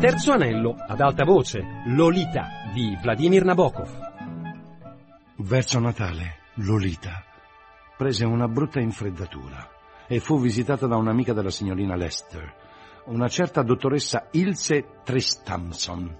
Terzo anello, ad alta voce, Lolita, di Vladimir Nabokov. Verso Natale, Lolita prese una brutta infreddatura e fu visitata da un'amica della signorina Lester, una certa dottoressa Ilse Tristamson.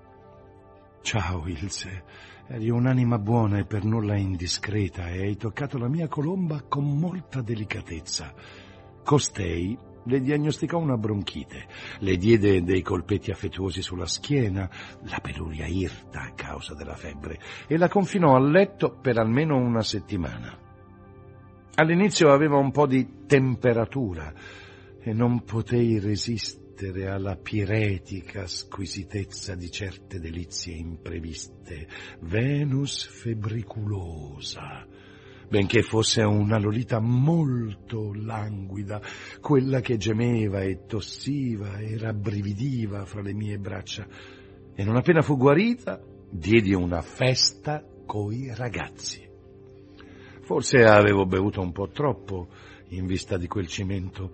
Ciao, Ilse, eri un'anima buona e per nulla indiscreta e hai toccato la mia colomba con molta delicatezza. Costei le diagnosticò una bronchite, le diede dei colpetti affettuosi sulla schiena, la peluria irta a causa della febbre, e la confinò a letto per almeno una settimana. All'inizio aveva un po' di temperatura e non potei resistere alla piretica squisitezza di certe delizie impreviste. Venus febbriculosa, benché fosse una Lolita molto languida, quella che gemeva e tossiva e rabbrividiva fra le mie braccia. E non appena fu guarita, diedi una festa coi ragazzi. Forse avevo bevuto un po' troppo in vista di quel cimento.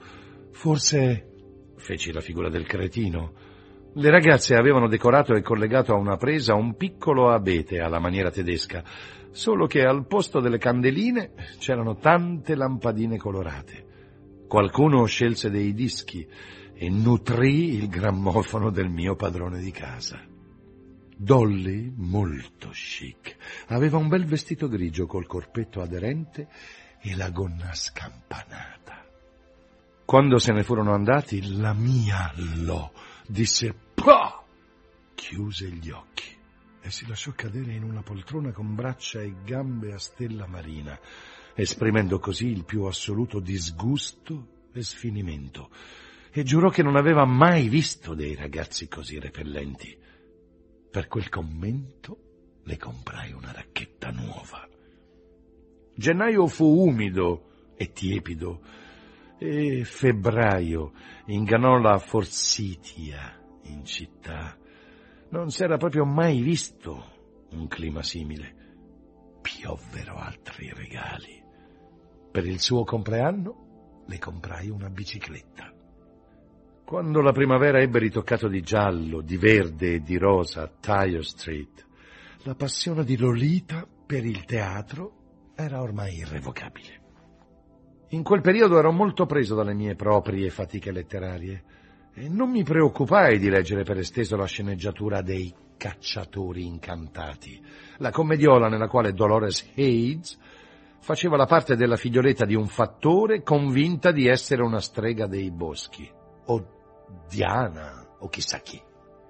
Forse feci la figura del cretino. Le ragazze avevano decorato e collegato a una presa un piccolo abete alla maniera tedesca, solo che al posto delle candeline c'erano tante lampadine colorate. Qualcuno scelse dei dischi e nutrì il grammofono del mio padrone di casa. Dolly, molto chic, aveva un bel vestito grigio col corpetto aderente e la gonna scampanata. Quando se ne furono andati, la mia Lo disse "Pah!", chiuse gli occhi e si lasciò cadere in una poltrona con braccia e gambe a stella marina, esprimendo così il più assoluto disgusto e sfinimento, e giurò che non aveva mai visto dei ragazzi così repellenti. Per quel commento le comprai una racchetta nuova. Gennaio fu umido e tiepido e febbraio ingannò la forsitia in città. Non s'era proprio mai visto un clima simile. Piovvero altri regali. Per il suo compleanno le comprai una bicicletta. Quando la primavera ebbe ritoccato di giallo, di verde e di rosa Tyre Street, la passione di Lolita per il teatro era ormai irrevocabile. In quel periodo ero molto preso dalle mie proprie fatiche letterarie e non mi preoccupai di leggere per esteso la sceneggiatura dei Cacciatori incantati, la commediola nella quale Dolores Hayes faceva la parte della figlioletta di un fattore convinta di essere una strega dei boschi, o Diana, o chissà chi.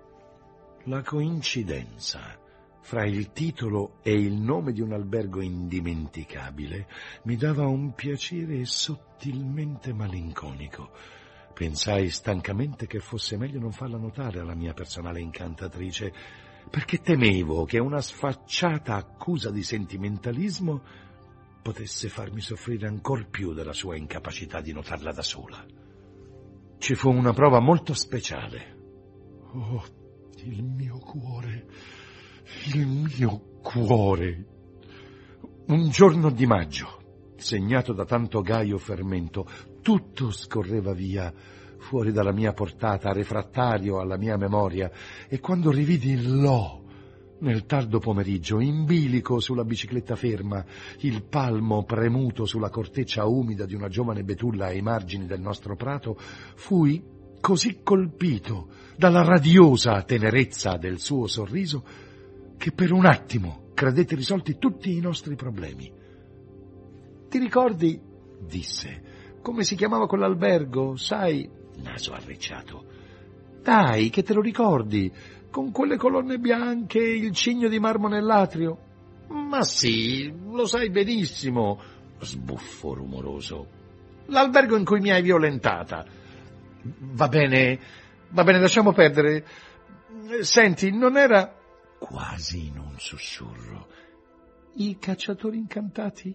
La coincidenza fra il titolo e il nome di un albergo indimenticabile mi dava un piacere sottilmente malinconico. Pensai stancamente che fosse meglio non farla notare alla mia personale incantatrice, perché temevo che una sfacciata accusa di sentimentalismo potesse farmi soffrire ancor più della sua incapacità di notarla da sola. Ci fu una prova molto speciale. Oh, il mio cuore, il mio cuore. Un giorno di maggio, segnato da tanto gaio fermento, tutto scorreva via, fuori dalla mia portata, refrattario alla mia memoria, e quando rividi Lo nel tardo pomeriggio, in bilico sulla bicicletta ferma, il palmo premuto sulla corteccia umida di una giovane betulla ai margini del nostro prato, fui così colpito dalla radiosa tenerezza del suo sorriso che per un attimo credetti risolti tutti i nostri problemi. «Ti ricordi?» disse. «Come si chiamava quell'albergo? Sai?» Naso arricciato. «Dai, che te lo ricordi? Con quelle colonne bianche e il cigno di marmo nell'atrio?» «Ma sì, lo sai benissimo», sbuffo rumoroso. «L'albergo in cui mi hai violentata». Va bene, lasciamo perdere. Senti, non era...» Quasi in un sussurro. «I Cacciatori incantati?»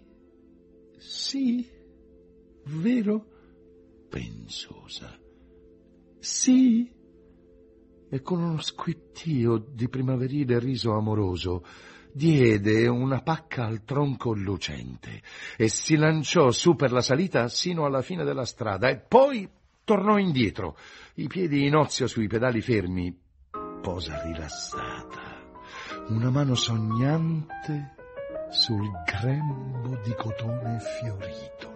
«Sì, vero?» Pensosa. «Sì?» E con uno squittio di primaverile riso amoroso diede una pacca al tronco lucente e si lanciò su per la salita sino alla fine della strada e poi tornò indietro, i piedi in ozio sui pedali fermi, posa rilassata, una mano sognante sul grembo di cotone fiorito.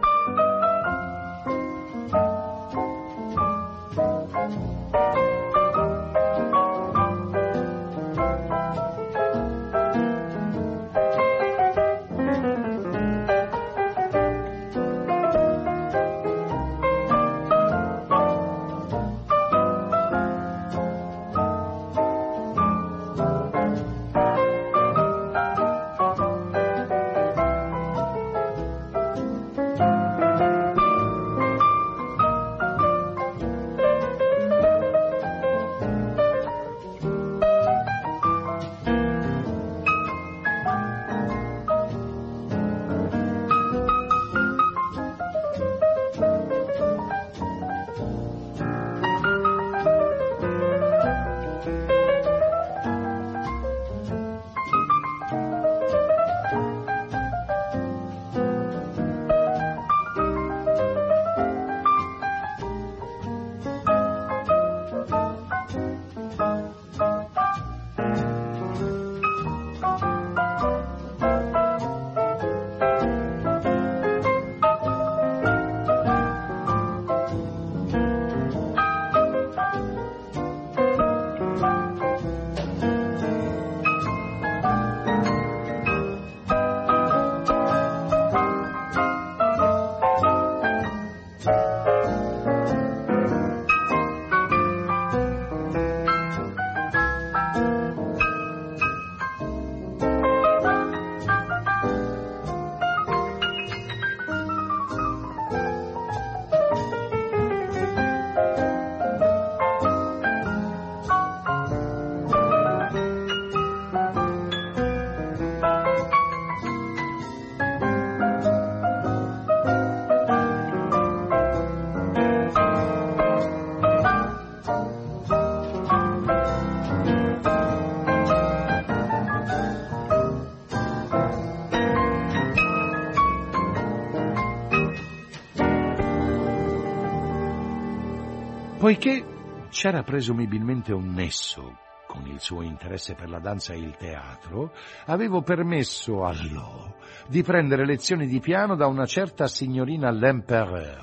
Poiché c'era presumibilmente un nesso con il suo interesse per la danza e il teatro, avevo permesso a Lo di prendere lezioni di piano da una certa signorina L'Empereur,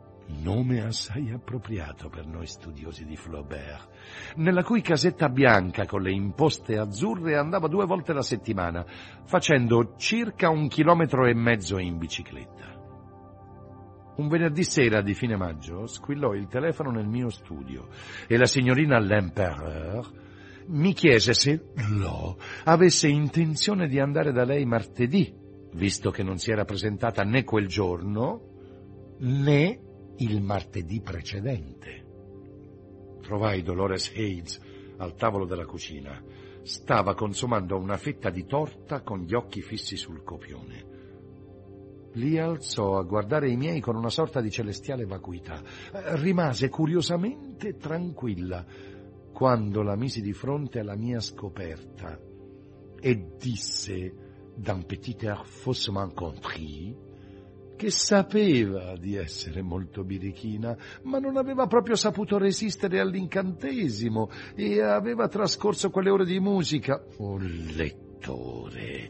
nome assai appropriato per noi studiosi di Flaubert, nella cui casetta bianca con le imposte azzurre andava 2 volte la settimana, facendo circa 1,5 chilometri in bicicletta. Un venerdì sera di fine maggio squillò il telefono nel mio studio e la signorina L'Empereur mi chiese se Lo avesse intenzione di andare da lei martedì, visto che non si era presentata né quel giorno né il martedì precedente. Trovai Dolores Hayes al tavolo della cucina. Stava consumando una fetta di torta con gli occhi fissi sul copione. Li alzò a guardare i miei con una sorta di celestiale vacuità. Rimase curiosamente tranquilla quando la misi di fronte alla mia scoperta e disse, d'un petit air faussement contrit, che sapeva di essere molto birichina, ma non aveva proprio saputo resistere all'incantesimo e aveva trascorso quelle ore di musica. Oh, lettore,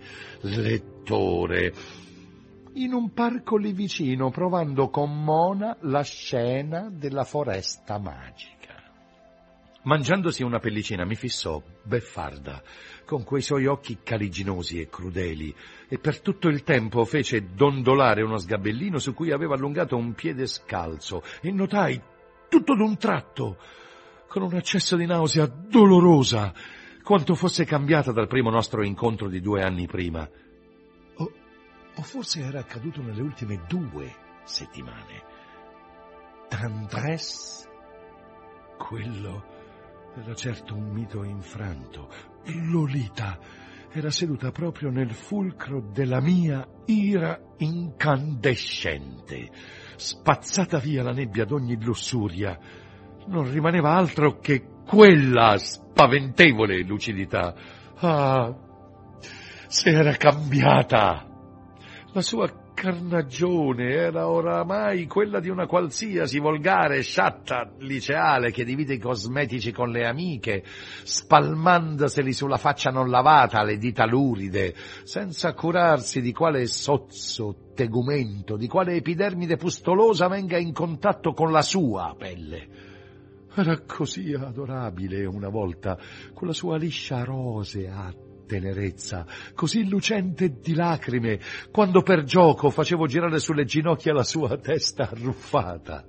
in un parco lì vicino, provando con Mona la scena della foresta magica. Mangiandosi una pellicina mi fissò, beffarda, con quei suoi occhi caliginosi e crudeli, e per tutto il tempo fece dondolare uno sgabellino su cui aveva allungato un piede scalzo, e notai, tutto d'un tratto, con un accesso di nausea dolorosa, quanto fosse cambiata dal primo nostro incontro di 2 anni prima. O forse era accaduto nelle ultime 2 settimane. Tendresse, quello era certo un mito infranto. Lolita era seduta proprio nel fulcro della mia ira incandescente. Spazzata via la nebbia d'ogni lussuria, non rimaneva altro che quella spaventevole lucidità. Ah, se era cambiata! La sua carnagione era oramai quella di una qualsiasi volgare sciatta liceale che divide i cosmetici con le amiche, spalmandoseli sulla faccia non lavata, le dita luride, senza curarsi di quale sozzo tegumento, di quale epidermide pustolosa venga in contatto con la sua pelle. Era così adorabile una volta, con la sua liscia rosea tenerezza, così lucente di lacrime, quando per gioco facevo girare sulle ginocchia la sua testa arruffata.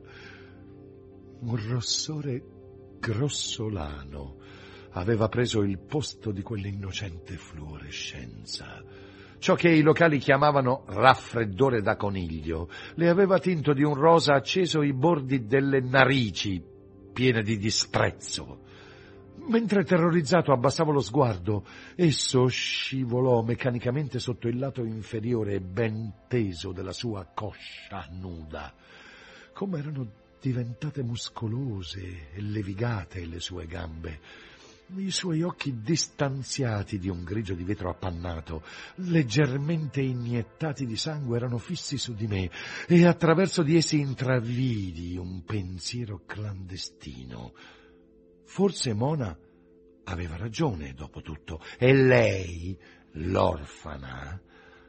Un rossore grossolano aveva preso il posto di quell'innocente fluorescenza. Ciò che i locali chiamavano raffreddore da coniglio le aveva tinto di un rosa acceso i bordi delle narici, piene di disprezzo. Mentre terrorizzato abbassavo lo sguardo, esso scivolò meccanicamente sotto il lato inferiore ben teso della sua coscia nuda. Come erano diventate muscolose e levigate le sue gambe. I suoi occhi distanziati di un grigio di vetro appannato, leggermente iniettati di sangue, erano fissi su di me e attraverso di essi intravidi un pensiero clandestino. Forse Mona aveva ragione, dopo tutto, e lei, l'orfana,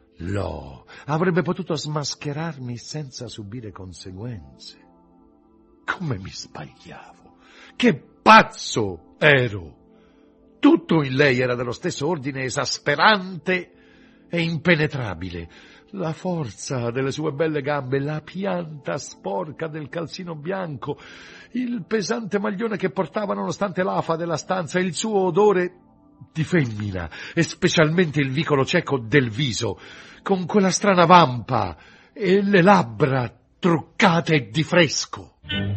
avrebbe potuto smascherarmi senza subire conseguenze. Come mi sbagliavo! Che pazzo ero! Tutto in lei era dello stesso ordine esasperante e impenetrabile. La forza delle sue belle gambe, la pianta sporca del calzino bianco, il pesante maglione che portava nonostante l'afa della stanza, il suo odore di femmina e specialmente il vicolo cieco del viso, con quella strana vampa e le labbra truccate di fresco.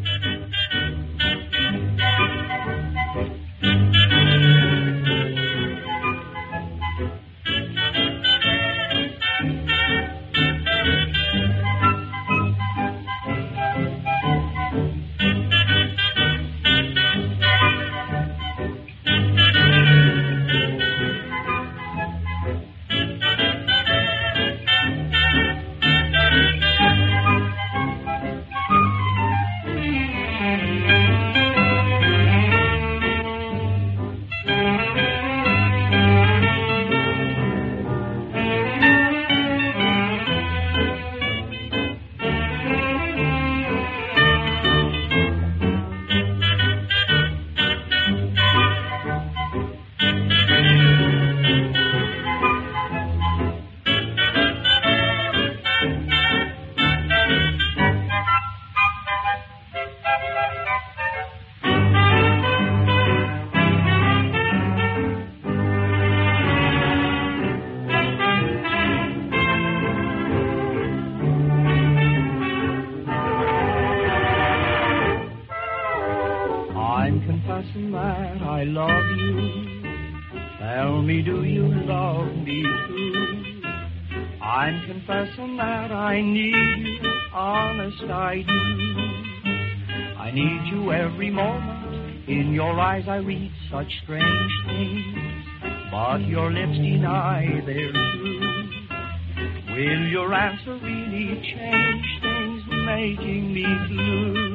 I read such strange things, but your lips deny their truth. Will your answer really change things, making me blue?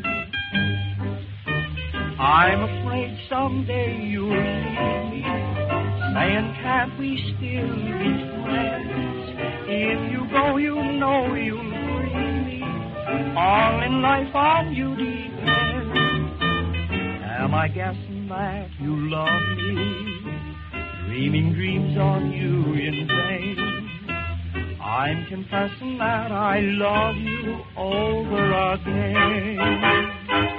I'm afraid someday you'll leave me, saying can't we still be friends? If you go, you know you'll free me. All in life on you depends. Am I guessing that you love me, dreaming dreams on you in vain? I'm confessing that I love you over again.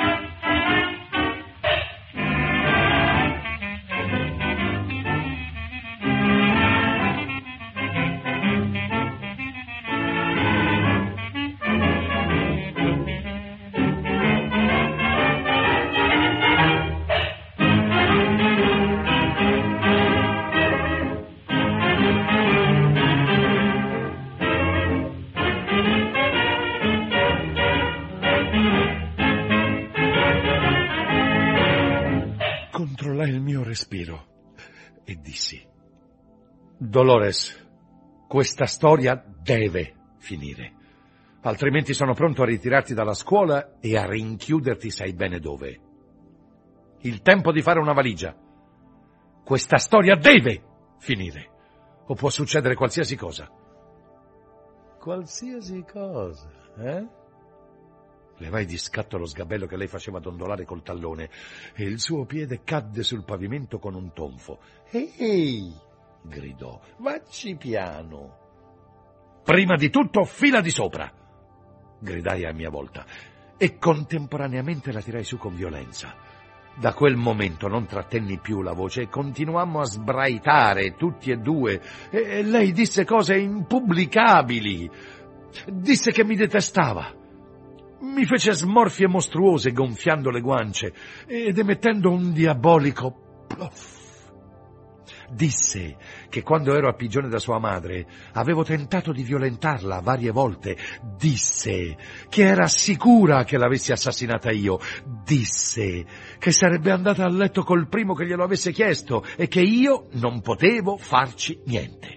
Respiro e dissi: Dolores, questa storia deve finire. Altrimenti sono pronto a ritirarti dalla scuola e a rinchiuderti sai bene dove. Il tempo di fare una valigia. Questa storia deve finire. O può succedere qualsiasi cosa. Qualsiasi cosa, eh? Levai di scatto lo sgabello che lei faceva dondolare col tallone e il suo piede cadde sul pavimento con un tonfo. Ehi! Gridò. Vacci piano. Prima di tutto fila di sopra! Gridai a mia volta e contemporaneamente la tirai su con violenza. Da quel momento non trattenni più la voce e continuammo a sbraitare tutti e due e lei disse cose impubblicabili. Disse che mi detestava. Mi fece smorfie mostruose gonfiando le guance ed emettendo un diabolico plof. Disse che quando ero a Pigione da sua madre avevo tentato di violentarla varie volte. Disse che era sicura che l'avessi assassinata io. Disse che sarebbe andata a letto col primo che glielo avesse chiesto e che io non potevo farci niente.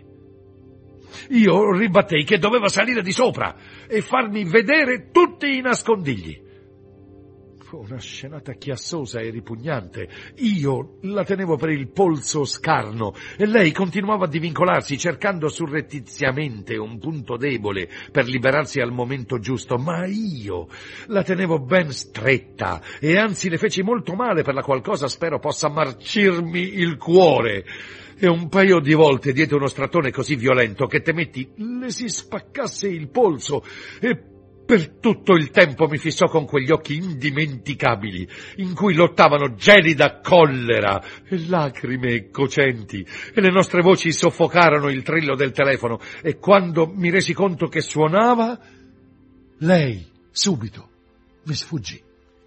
Io ribattei che doveva salire di sopra e farmi vedere tutti i nascondigli. Fu una scenata chiassosa e ripugnante. Io la tenevo per il polso scarno e lei continuava a divincolarsi cercando surrettiziamente un punto debole per liberarsi al momento giusto, ma io la tenevo ben stretta e anzi le feci molto male, per la qual cosa spero possa marcirmi il cuore. E un paio di volte diede uno strattone così violento che temetti le si spaccasse il polso e per tutto il tempo mi fissò con quegli occhi indimenticabili in cui lottavano gelida collera e lacrime cocenti e le nostre voci soffocarono il trillo del telefono e quando mi resi conto che suonava, lei subito mi sfuggì.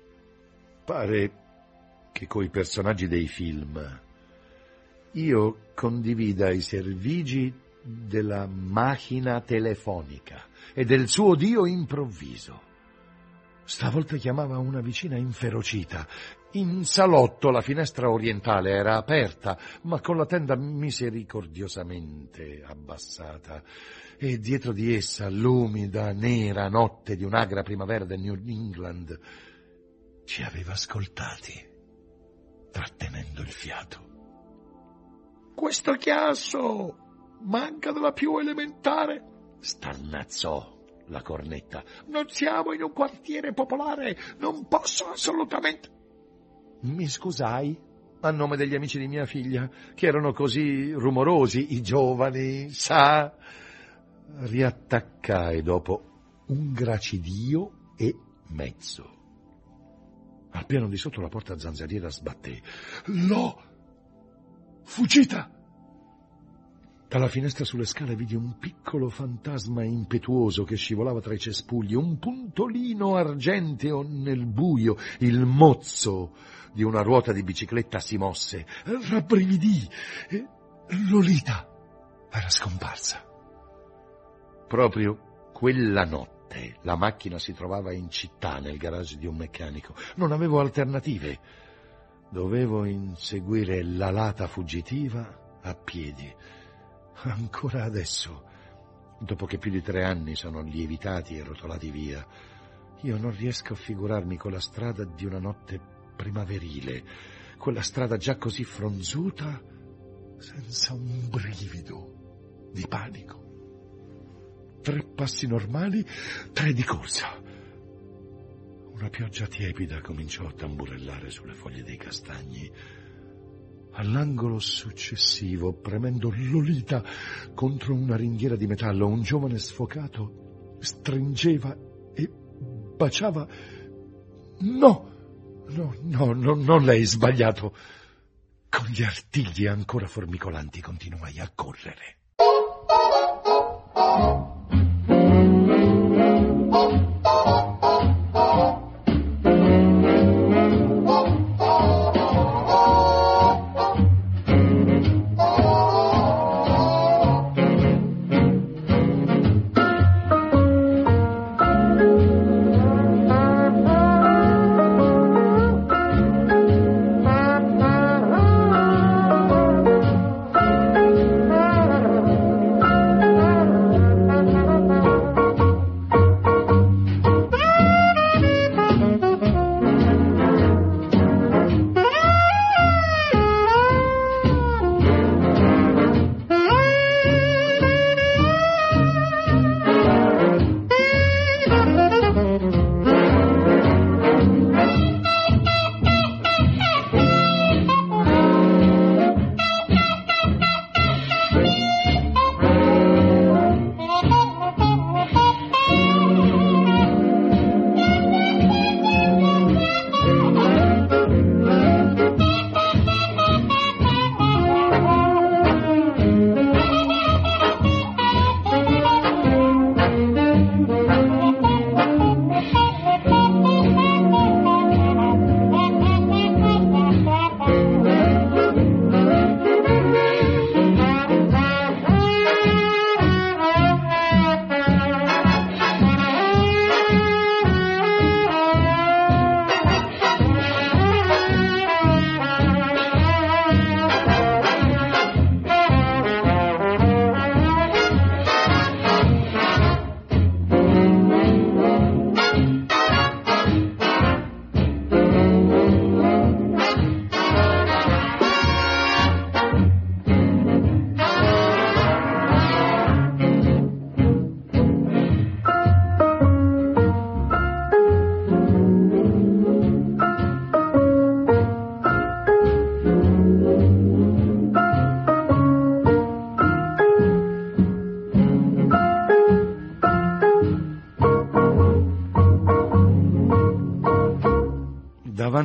Pare che coi personaggi dei film io condivida i servigi della macchina telefonica e del suo dio improvviso. Stavolta chiamava una vicina inferocita. In salotto la finestra orientale era aperta, ma con la tenda misericordiosamente abbassata, e dietro di essa l'umida, nera notte di un'agra primavera del New England ci aveva ascoltati, trattenendo il fiato. «Questo chiasso manca della più elementare», starnazzò la cornetta. «Non siamo in un quartiere popolare, non posso assolutamente...» Mi scusai a nome degli amici di mia figlia, che erano così rumorosi, i giovani, sa. Riattaccai dopo un gracidio e mezzo. Al piano di sotto la porta zanzariera sbatté. «L'ho fuggita!» Dalla finestra sulle scale vidi un piccolo fantasma impetuoso che scivolava tra i cespugli, un puntolino argenteo nel buio. Il mozzo di una ruota di bicicletta si mosse. Rabbrividì e Lolita era scomparsa. Proprio quella notte la macchina si trovava in città, nel garage di un meccanico. Non avevo alternative. Dovevo inseguire l'alata fuggitiva a piedi. Ancora adesso, dopo che più di 3 anni sono lievitati e rotolati via, io non riesco a figurarmi quella strada di una notte primaverile, quella strada già così fronzuta, senza un brivido di panico. 3 passi normali, 3 di corsa. Una pioggia tiepida cominciò a tamburellare sulle foglie dei castagni. All'angolo successivo, premendo Lolita contro una ringhiera di metallo, un giovane sfocato stringeva e baciava... No, non lei, sbagliato. Con gli artigli ancora formicolanti continuai a correre.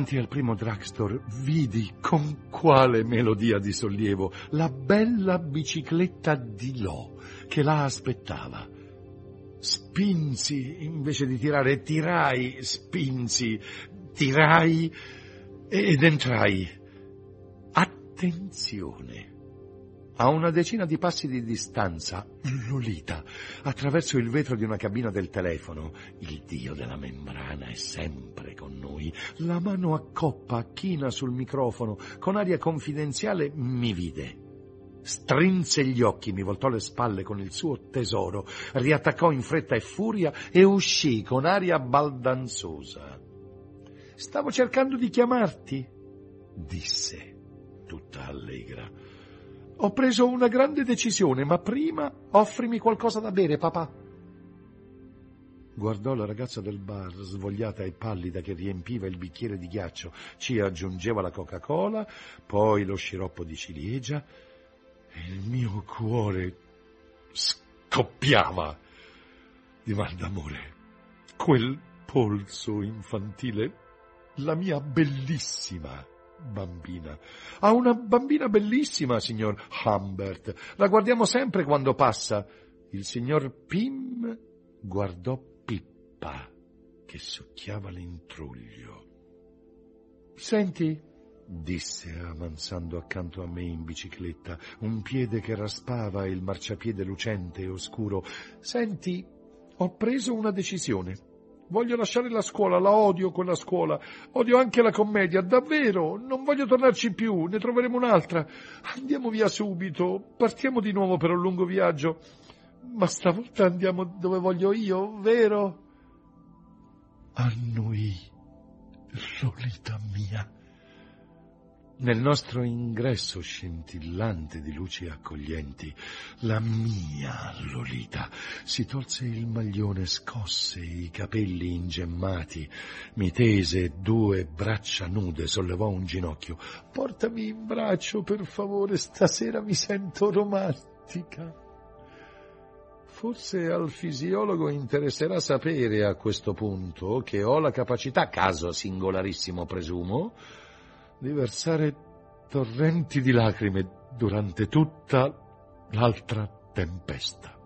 Davanti al primo drugstore vidi con quale melodia di sollievo la bella bicicletta di Lo che la aspettava. Spinsi invece di tirare, tirai, spinsi, tirai ed entrai. Attenzione! A una decina di passi di distanza, Lolita, attraverso il vetro di una cabina del telefono, il dio della membrana è sempre con noi, la mano a coppa china sul microfono, con aria confidenziale mi vide. Strinse gli occhi, mi voltò le spalle con il suo tesoro, riattaccò in fretta e furia e uscì con aria baldanzosa. «Stavo cercando di chiamarti», disse, tutta allegra. «Ho preso una grande decisione, ma prima offrimi qualcosa da bere, papà». Guardò la ragazza del bar, svogliata e pallida, che riempiva il bicchiere di ghiaccio, ci aggiungeva la Coca-Cola, poi lo sciroppo di ciliegia, e il mio cuore scoppiava di mal d'amore. Quel polso infantile, la mia bellissima bambina. Ha una bambina bellissima, signor Humbert. La guardiamo sempre quando passa. Il signor Pym guardò Pippa, che succhiava l'intruglio. «Senti», disse avanzando accanto a me in bicicletta, un piede che raspava il marciapiede lucente e oscuro. «Senti, ho preso una decisione. Voglio lasciare la scuola, la odio quella scuola, odio anche la commedia, davvero, non voglio tornarci più, ne troveremo un'altra. Andiamo via subito, partiamo di nuovo per un lungo viaggio, ma stavolta andiamo dove voglio io, vero?» Annui, Lolita mia. Nel nostro ingresso scintillante di luci accoglienti, la mia Lolita si tolse il maglione, scosse i capelli ingemmati, mi tese 2 braccia nude, sollevò un ginocchio. «Portami in braccio, per favore, stasera mi sento romantica». Forse al fisiologo interesserà sapere a questo punto che ho la capacità, caso singolarissimo presumo, di versare torrenti di lacrime durante tutta l'altra tempesta.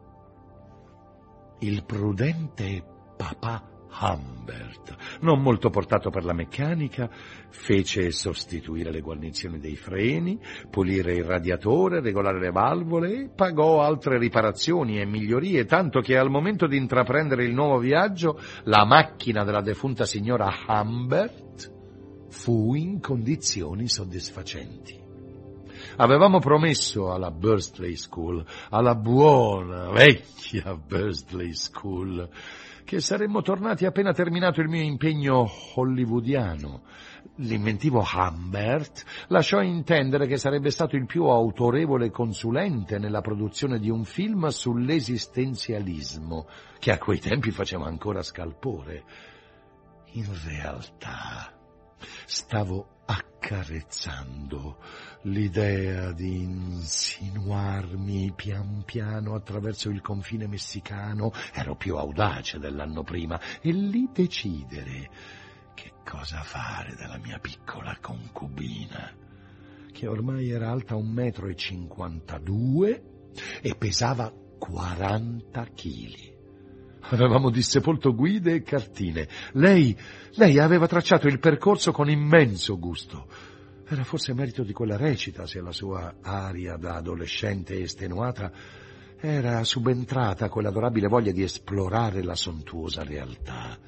Il prudente papà Humbert, non molto portato per la meccanica, fece sostituire le guarnizioni dei freni, pulire il radiatore, regolare le valvole e pagò altre riparazioni e migliorie, tanto che al momento di intraprendere il nuovo viaggio la macchina della defunta signora Humbert fu in condizioni soddisfacenti. Avevamo promesso alla Bursley School, alla buona vecchia Bursley School, che saremmo tornati appena terminato il mio impegno hollywoodiano. L'inventivo Humbert lasciò intendere che sarebbe stato il più autorevole consulente nella produzione di un film sull'esistenzialismo, che a quei tempi faceva ancora scalpore. In realtà stavo accarezzando l'idea di insinuarmi pian piano attraverso il confine messicano, ero più audace dell'anno prima, e lì decidere che cosa fare della mia piccola concubina, che ormai era alta 1,52 m e pesava 40 chili. Avevamo dissepolto guide e cartine. Lei aveva tracciato il percorso con immenso gusto. Era forse merito di quella recita se alla sua aria da adolescente estenuata era subentrata quell'adorabile voglia di esplorare la sontuosa realtà.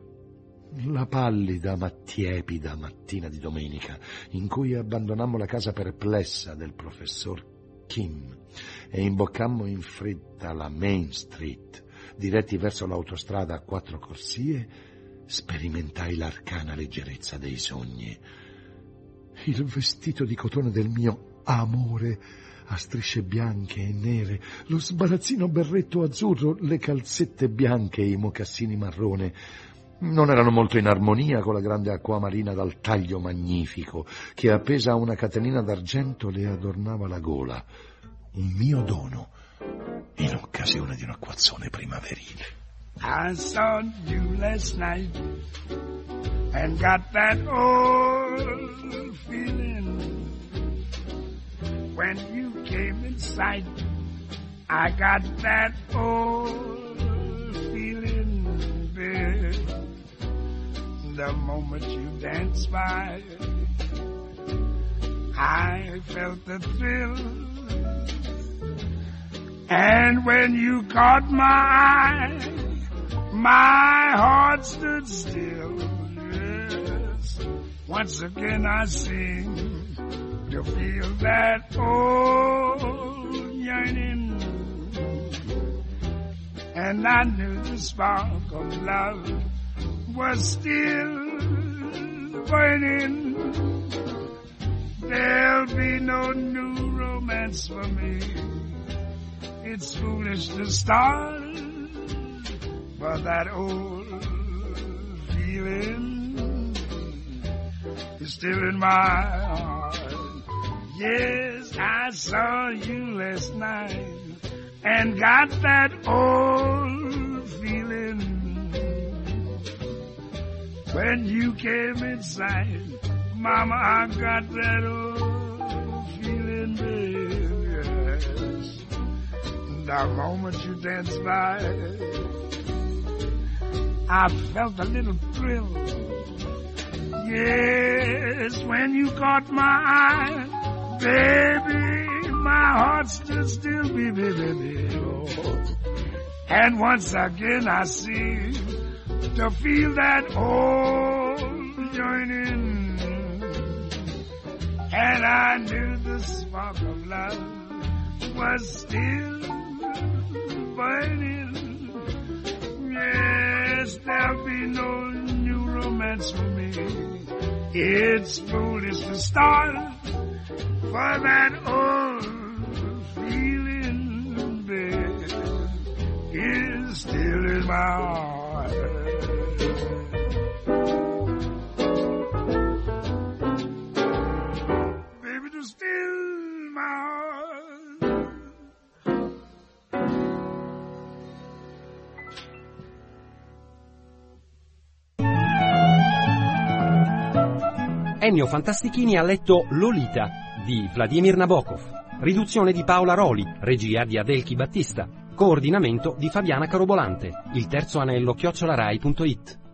La pallida ma tiepida mattina di domenica, in cui abbandonammo la casa perplessa del professor Kim e imboccammo in fretta la Main Street, diretti verso l'autostrada a 4 corsie, sperimentai l'arcana leggerezza dei sogni. Il vestito di cotone del mio amore a strisce bianche e nere, lo sbarazzino berretto azzurro, le calzette bianche e i mocassini marrone non erano molto in armonia con la grande acquamarina dal taglio magnifico che, appesa a una catenina d'argento, le adornava la gola. Un mio dono in occasione di un acquazzone primaverile. I saw you last night and got that old feeling when you came in sight. I got that old feeling, babe, the moment you danced by. I felt the thrill, and when you caught my eye, my heart stood still. Yes, once again I sing to feel that old yearning, and I knew the spark of love was still burning. There'll be no new romance for me. It's foolish to start, but that old feeling is still in my heart. Yes, I saw you last night and got that old feeling when you came inside. Mama, I got that old feeling, baby, yes. The moment you danced by, I felt a little thrill. Yes, when you caught my eye, baby, my heart stood still, baby. Oh. And once again I seem to feel that old yearning. And I knew the spark of love was still burning. Yes, there'll be no new romance for me. It's foolish to start, for that old feeling, babe, is still in my heart. Still my heart. Ennio Fantastichini ha letto Lolita di Vladimir Nabokov, riduzione di Paola Roli, regia di Adelchi Battista, coordinamento di Fabiana Carobolante, il terzo anello @rai.it.